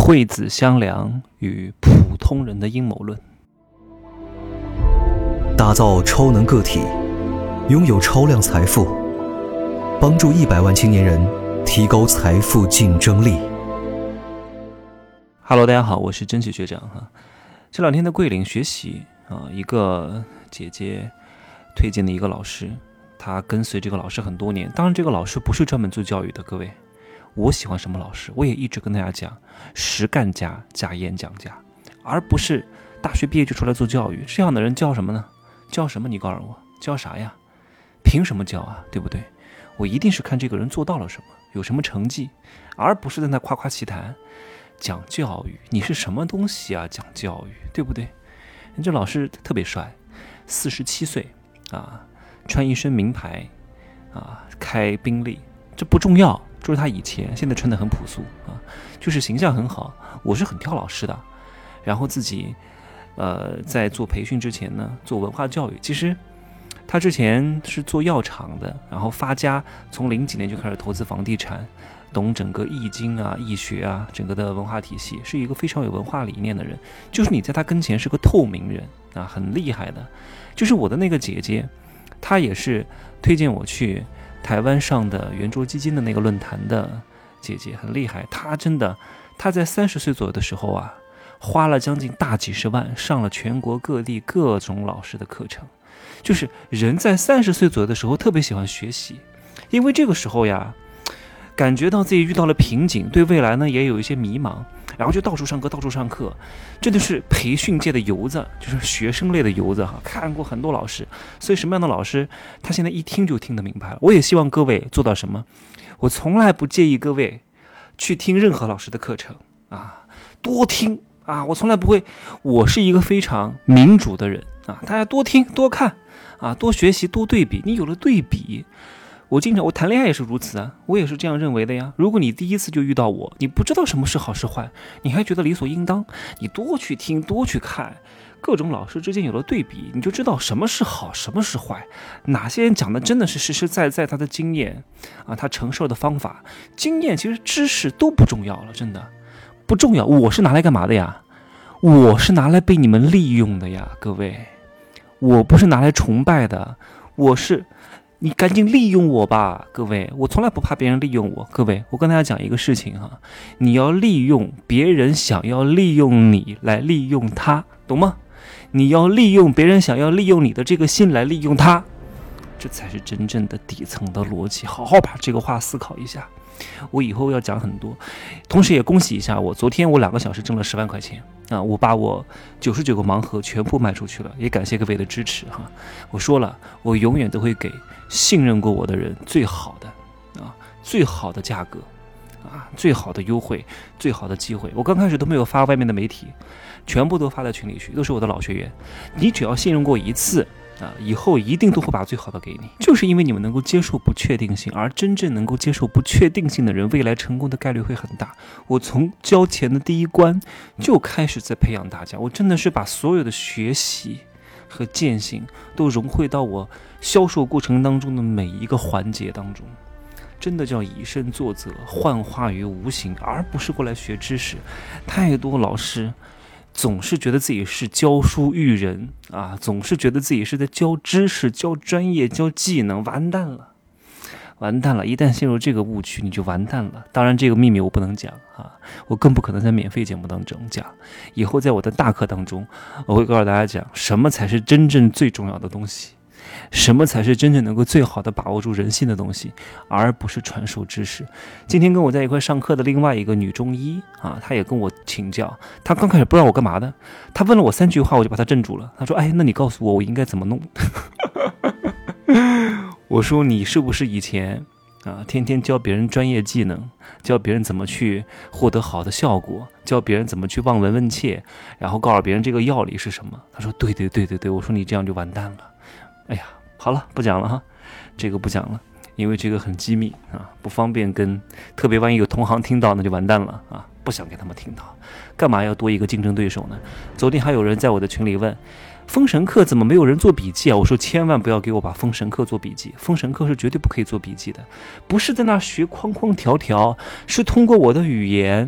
惠子香良与普通人的阴谋论。 打造超能个体，拥有超量财富，帮助100万青年人提高财富竞争力。 Hello， 大家好，我是真奇学长哈。这两天的桂林学习一个姐姐推荐的一个老师，她跟随这个老师很多年。当然，这个老师不是专门做教育的，各位。我喜欢什么老师，我也一直跟大家讲，实干家加演讲家，而不是大学毕业就出来做教育。这样的人教什么呢？教什么？你告诉我，教啥呀？凭什么教啊？对不对？我一定是看这个人做到了什么，有什么成绩，而不是在那夸夸其谈。讲教育，你是什么东西啊？讲教育，对不对？这老师特别帅，47岁穿一身名牌开宾利，这不重要。就是他以前，现在穿得很朴素就是形象很好。我是很挑老师的，然后自己在做培训之前呢，做文化教育。其实他之前是做药厂的，然后发家，从00几年就开始投资房地产，懂整个易经易学整个的文化体系，是一个非常有文化理念的人。就是你在他跟前是个透明人很厉害的。就是我的那个姐姐，她也是推荐我去台湾上的圆桌基金的那个论坛的姐姐，很厉害。她在30岁左右的时候花了将近大几十万，上了全国各地各种老师的课程。就是人在30岁左右的时候特别喜欢学习，因为这个时候感觉到自己遇到了瓶颈，对未来呢也有一些迷茫，然后就到处上课，真的是培训界的游子，就是学生类的游子看过很多老师，所以什么样的老师他现在一听就听得明白了。我也希望各位做到什么，我从来不介意各位去听任何老师的课程多听我从来不会，我是一个非常民主的人大家多听多看多学习多对比。你有了对比，我谈恋爱也是如此我也是这样认为的呀。如果你第一次就遇到我，你不知道什么是好是坏，你还觉得理所应当，你多去听多去看，各种老师之间有了对比，你就知道什么是好什么是坏，哪些人讲的真的是实实在在他的经验他承受的方法。经验其实知识都不重要了，真的不重要。我是拿来干嘛的呀？我是拿来被你们利用的呀，各位。我不是拿来崇拜的，你赶紧利用我吧，各位。我从来不怕别人利用我。各位，我跟大家讲一个事情你要利用别人想要利用你来利用他，懂吗？你要利用别人想要利用你的这个心来利用他，这才是真正的底层的逻辑。好好把这个话思考一下。我以后要讲很多，同时也恭喜一下我，昨天我2个小时挣了10万块钱我把我99个盲盒全部卖出去了，也感谢各位的支持我说了，我永远都会给信任过我的人最好的最好的价格最好的优惠，最好的机会。我刚开始都没有发外面的媒体，全部都发在群里去，都是我的老学员。你只要信任过一次以后一定都会把最好的给你。就是因为你们能够接受不确定性，而真正能够接受不确定性的人，未来成功的概率会很大。我从交钱的第一关就开始在培养大家，我真的是把所有的学习和践行都融汇到我销售过程当中的每一个环节当中。真的叫以身作则，幻化于无形，而不是过来学知识。太多老师总是觉得自己是教书育人总是觉得自己是在教知识、教专业、教技能，完蛋了！一旦陷入这个误区，你就完蛋了。当然，这个秘密我不能讲我更不可能在免费节目当中讲。以后在我的大课当中，我会告诉大家讲什么才是真正最重要的东西，什么才是真正能够最好的把握住人心的东西，而不是传授知识。今天跟我在一块上课的另外一个女中医她也跟我请教。她刚开始不知道我干嘛的，她问了我3句话，我就把她镇住了。她说那你告诉我应该怎么弄我说你是不是以前天天教别人专业技能，教别人怎么去获得好的效果，教别人怎么去望闻问切，然后告诉别人这个药理是什么。她说对。我说你这样就完蛋了。哎呀，好了，不讲了这个不讲了，因为这个很机密不方便跟，特别万一有同行听到那就完蛋了不想给他们听到。干嘛要多一个竞争对手呢？昨天还有人在我的群里问封神课怎么没有人做笔记我说千万不要给我把封神课做笔记，封神课是绝对不可以做笔记的，不是在那学框框条条，是通过我的语言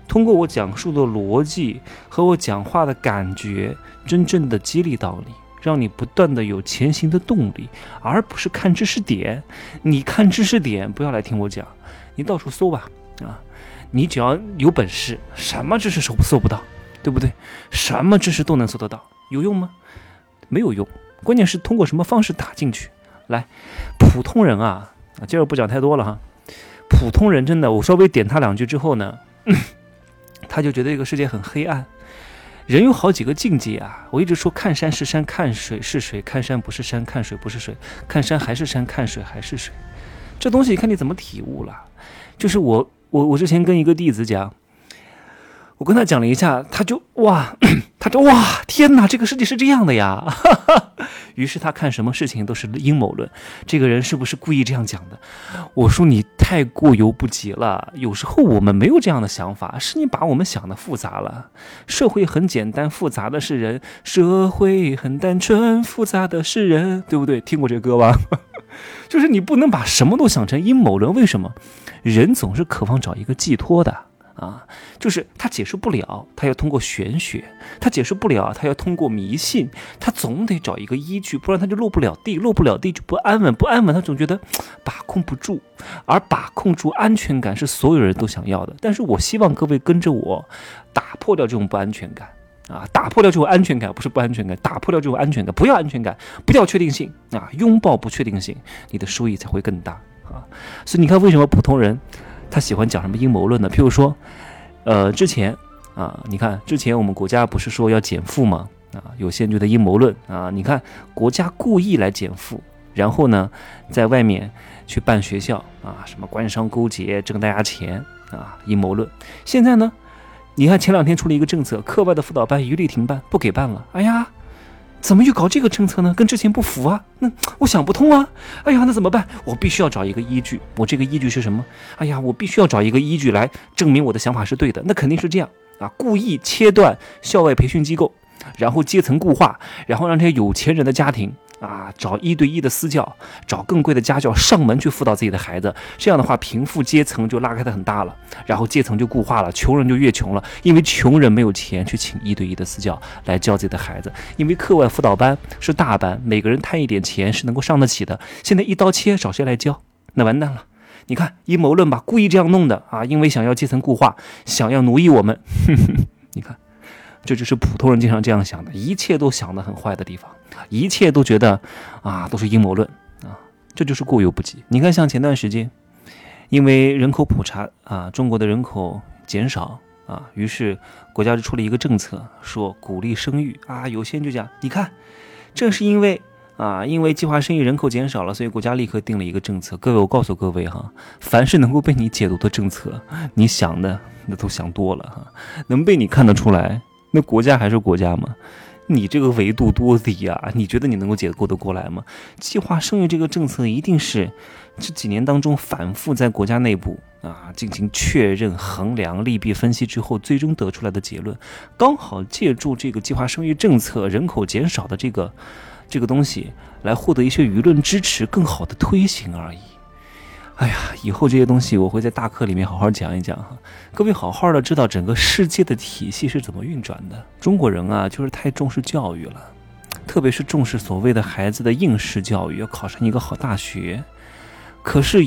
通过我讲述的逻辑和我讲话的感觉，真正的激励到你，让你不断的有前行的动力，而不是看知识点。你看知识点不要来听我讲，你到处搜吧啊！你只要有本事，什么知识搜不到，对不对？什么知识都能搜得到，有用吗？没有用。关键是通过什么方式打进去。来，普通人啊，今儿不讲太多了哈。普通人真的，我稍微点他两句之后呢，他就觉得这个世界很黑暗。人有好几个境界啊，我一直说看山是山，看水是水，看山不是山，看水不是水，看山还是山，看水还是水。这东西看你怎么体悟了。就是我之前跟一个弟子讲，我跟他讲了一下，他就哇，天哪，这个世界是这样的呀！于是他看什么事情都是阴谋论，这个人是不是故意这样讲的？我说你太过犹不及了，有时候我们没有这样的想法，是你把我们想的复杂了。社会很简单，复杂的是人；社会很单纯，复杂的是人，对不对？听过这个歌吧？就是你不能把什么都想成阴谋论，为什么？人总是渴望找一个寄托的。就是他解释不了，他要通过玄学；他解释不了，他要通过迷信。他总得找一个依据，不然他就落不了地，落不了地就不安稳，不安稳他总觉得把控不住，而把控住安全感是所有人都想要的。但是我希望各位跟着我，打破掉这种不安全感打破掉这种安全感，不是不安全感，打破掉这种安全感，不要安全感，不要确定性拥抱不确定性，你的收益才会更大所以你看，为什么普通人他喜欢讲什么阴谋论呢？譬如说，之前你看之前我们国家不是说要减负吗？有些人觉得阴谋论你看国家故意来减负，然后呢，在外面去办学校什么官商勾结，挣大家钱阴谋论。现在呢，你看前两天出了一个政策，课外的辅导班一律停办，不给办了。哎呀！怎么又搞这个政策呢？跟之前不符啊！那我想不通啊！哎呀，那怎么办？我必须要找一个依据。我这个依据是什么？哎呀，我必须要找一个依据来证明我的想法是对的。那肯定是这样故意切断校外培训机构，然后阶层固化，然后让这些有钱人的家庭找1对1的私教，找更贵的家教上门去辅导自己的孩子。这样的话，贫富阶层就拉开的很大了，然后阶层就固化了，穷人就越穷了，因为穷人没有钱去请1对1的私教来教自己的孩子，因为课外辅导班是大班，每个人摊一点钱是能够上得起的。现在一刀切，找谁来教？那完蛋了。你看阴谋论吧，故意这样弄的因为想要阶层固化，想要奴役我们。你看。这就是普通人经常这样想的，一切都想得很坏的地方，一切都觉得都是阴谋论这就是过犹不及。你看，像前段时间，因为人口普查中国的人口减少于是国家就出了一个政策，说鼓励生育有些人就讲，你看，正是因为计划生育人口减少了，所以国家立刻定了一个政策。各位，我告诉各位凡是能够被你解读的政策，你想的那都想多了能被你看得出来。那国家还是国家吗？你这个维度多低啊！你觉得你能够解构得过来吗？计划生育这个政策一定是这几年当中反复在国家内部进行确认、衡量、利弊分析之后，最终得出来的结论，刚好借助这个计划生育政策人口减少的这个东西来获得一些舆论支持，更好的推行而已。哎呀，以后这些东西我会在大课里面好好讲一讲各位好好的知道整个世界的体系是怎么运转的。中国人就是太重视教育了，特别是重视所谓的孩子的应试教育，要考上一个好大学。可是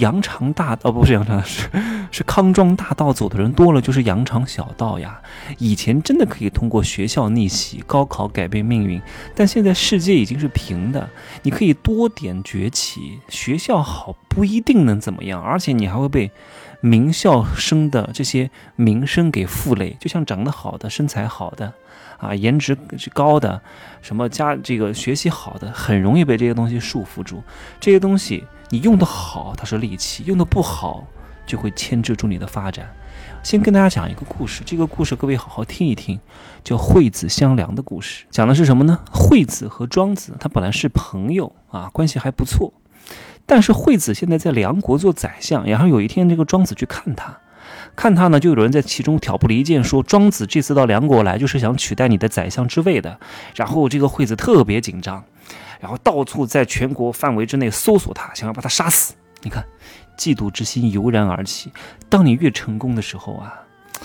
是康庄大道走的人多了，就是羊肠小道呀。以前真的可以通过学校逆袭、高考改变命运，但现在世界已经是平的，你可以多点崛起，学校好不一定能怎么样，而且你还会被名校生的这些名声给负累，就像长得好的、身材好的颜值高的，什么这个学习好的，很容易被这些东西束缚住。这些东西你用得好，它是利器；用得不好，就会牵制住你的发展。先跟大家讲一个故事，这个故事各位好好听一听，叫惠子相良的故事。讲的是什么呢？惠子和庄子他本来是朋友关系还不错，但是惠子现在在梁国做宰相，然后有一天这个庄子去看他呢，就有人在其中挑拨离间，说庄子这次到梁国来就是想取代你的宰相之位的。然后这个惠子特别紧张，然后到处在全国范围之内搜索他，想要把他杀死。你看，嫉妒之心油然而起。当你越成功的时候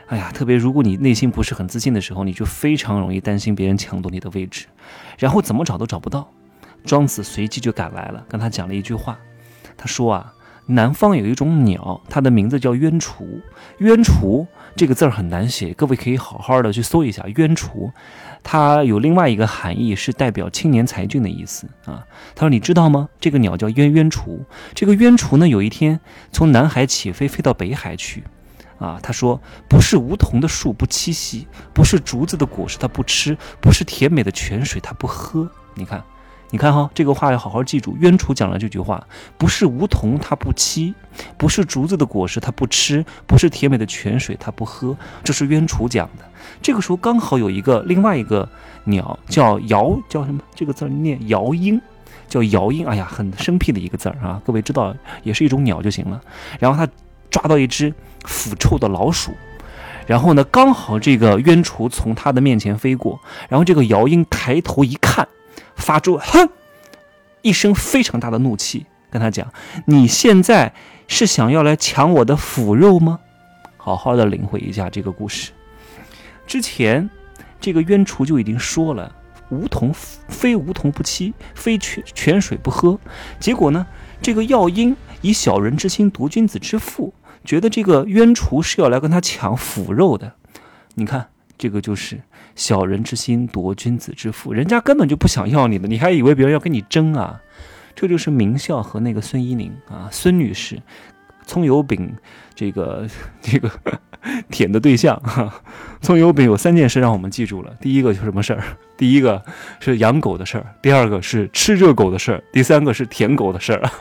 哎呀，特别如果你内心不是很自信的时候，你就非常容易担心别人抢夺你的位置，然后怎么找都找不到。庄子随即就赶来了，跟他讲了一句话，他说啊，南方有一种鸟，它的名字叫鸢雏。鸢雏这个字儿很难写，各位可以好好的去搜一下。鸢雏它有另外一个含义，是代表青年才俊的意思啊。他说你知道吗？这个鸟叫鸢雏。这个鸢雏呢，有一天从南海起飞，飞到北海去啊。他说不是梧桐的树不栖息，不是竹子的果实它不吃，不是甜美的泉水它不喝。你看哈，这个话要好好记住。鸢雏讲了这句话，不是梧桐它不栖，不是竹子的果实它不吃，不是甜美的泉水它不喝，这是鸢雏讲的。这个时候刚好有另外一个鸟叫什么？这个字念鹞鹰，叫鹞鹰。哎呀，很生僻的一个字啊，各位知道也是一种鸟就行了。然后他抓到一只腐臭的老鼠，然后呢，刚好这个鸢雏从他的面前飞过，然后这个鹞鹰抬头一看，发出哼一声非常大的怒气，跟他讲：“你现在是想要来抢我的腐肉吗？”好好的领会一下这个故事。之前这个鸢雏就已经说了，非梧桐不栖，非泉水不喝。结果呢，这个鹞鹰以小人之心夺君子之腹，觉得这个鸢雏是要来跟他抢腐肉的。你看，这个就是小人之心夺君子之腹，人家根本就不想要你的，你还以为别人要跟你争啊？这就是明孝和那个孙一宁啊，孙女士葱油饼这个舔的对象哈。葱油饼有3件事让我们记住了，第一个就是什么事儿？第一个是养狗的事儿，第二个是吃热狗的事儿，第三个是舔狗的事儿。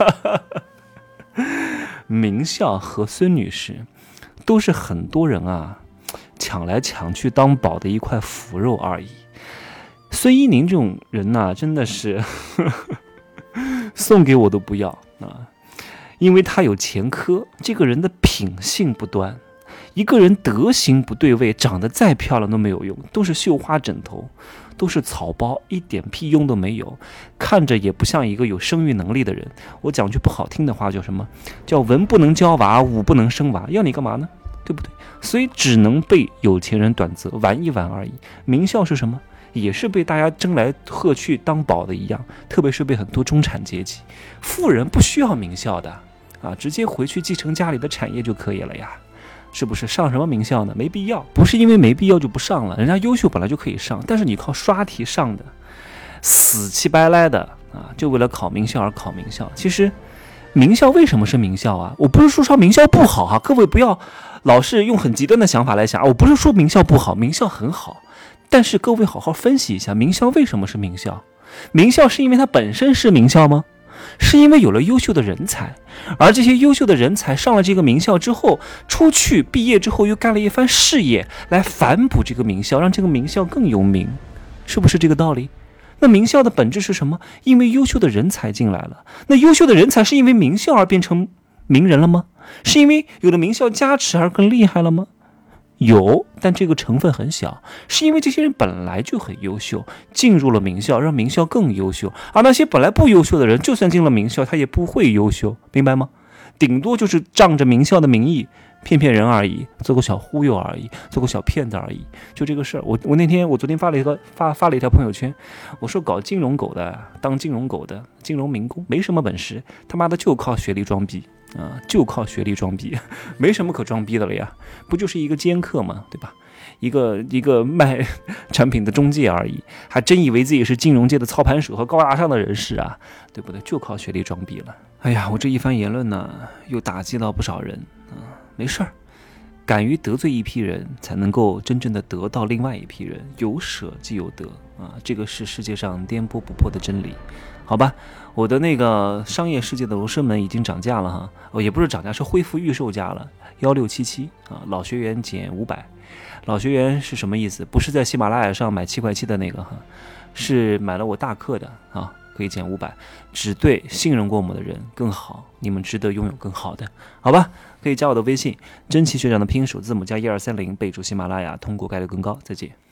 明孝和孙女士都是很多人啊抢来抢去当宝的一块腐肉而已。孙一宁这种人呢，真的是送给我都不要啊，因为他有前科，这个人的品性不端。一个人德行不对位，长得再漂亮都没有用，都是绣花枕头，都是草包，一点屁用都没有，看着也不像一个有生育能力的人。我讲句不好听的话，叫什么？叫文不能教娃，武不能生娃，要你干嘛呢？对不对？所以只能被有钱人短择，玩一玩而已。明孝是什么？也是被大家争来喝去当宝的一样，特别是被很多中产阶级。富人不需要明孝的啊，直接回去继承家里的产业就可以了呀。是不是上什么名校呢？没必要，不是因为没必要就不上了，人家优秀本来就可以上，但是你靠刷题上的，死气白赖的啊，就为了考名校而考名校。其实名校为什么是名校啊？我不是说名校不好啊，各位不要老是用很极端的想法来想啊，我不是说名校不好，名校很好，但是各位好好分析一下，名校为什么是名校？名校是因为它本身是名校吗？是因为有了优秀的人才，而这些优秀的人才上了这个名校之后，出去毕业之后又干了一番事业，来反哺这个名校，让这个名校更有名，是不是这个道理？那名校的本质是什么？因为优秀的人才进来了。那优秀的人才是因为名校而变成名人了吗？是因为有了名校加持而更厉害了吗？有，但这个成分很小，是因为这些人本来就很优秀，进入了名校，让名校更优秀，而那些本来不优秀的人，就算进了名校，他也不会优秀，明白吗？顶多就是仗着名校的名义骗骗人而已，做个小忽悠而已，做个小骗子而已，就这个事儿。我昨天发了一条朋友圈，我说搞金融狗的，当金融狗的，金融民工没什么本事，他妈的就靠学历装逼啊，就靠学历装逼，没什么可装逼的了呀，不就是一个奸客吗？对吧？一个卖产品的中介而已，还真以为自己是金融界的操盘手和高大上的人士啊，对不对？就靠学历装逼了。哎呀，我这一番言论呢，又打击到不少人啊。没事儿，敢于得罪一批人，才能够真正的得到另外一批人。有舍即有得啊，这个是世界上颠簸不破的真理。好吧，我的那个商业世界的罗生门已经涨价了哈，也不是涨价，是恢复预售价了，1677啊，老学员减500。老学员是什么意思？不是在喜马拉雅上买7块7的那个哈，是买了我大课的啊，可以减500，只对信任过我们的人更好，你们值得拥有更好的，好吧？可以加我的微信，真奇学长的拼音首字母加1230，备注喜马拉雅，通过概率更高。再见。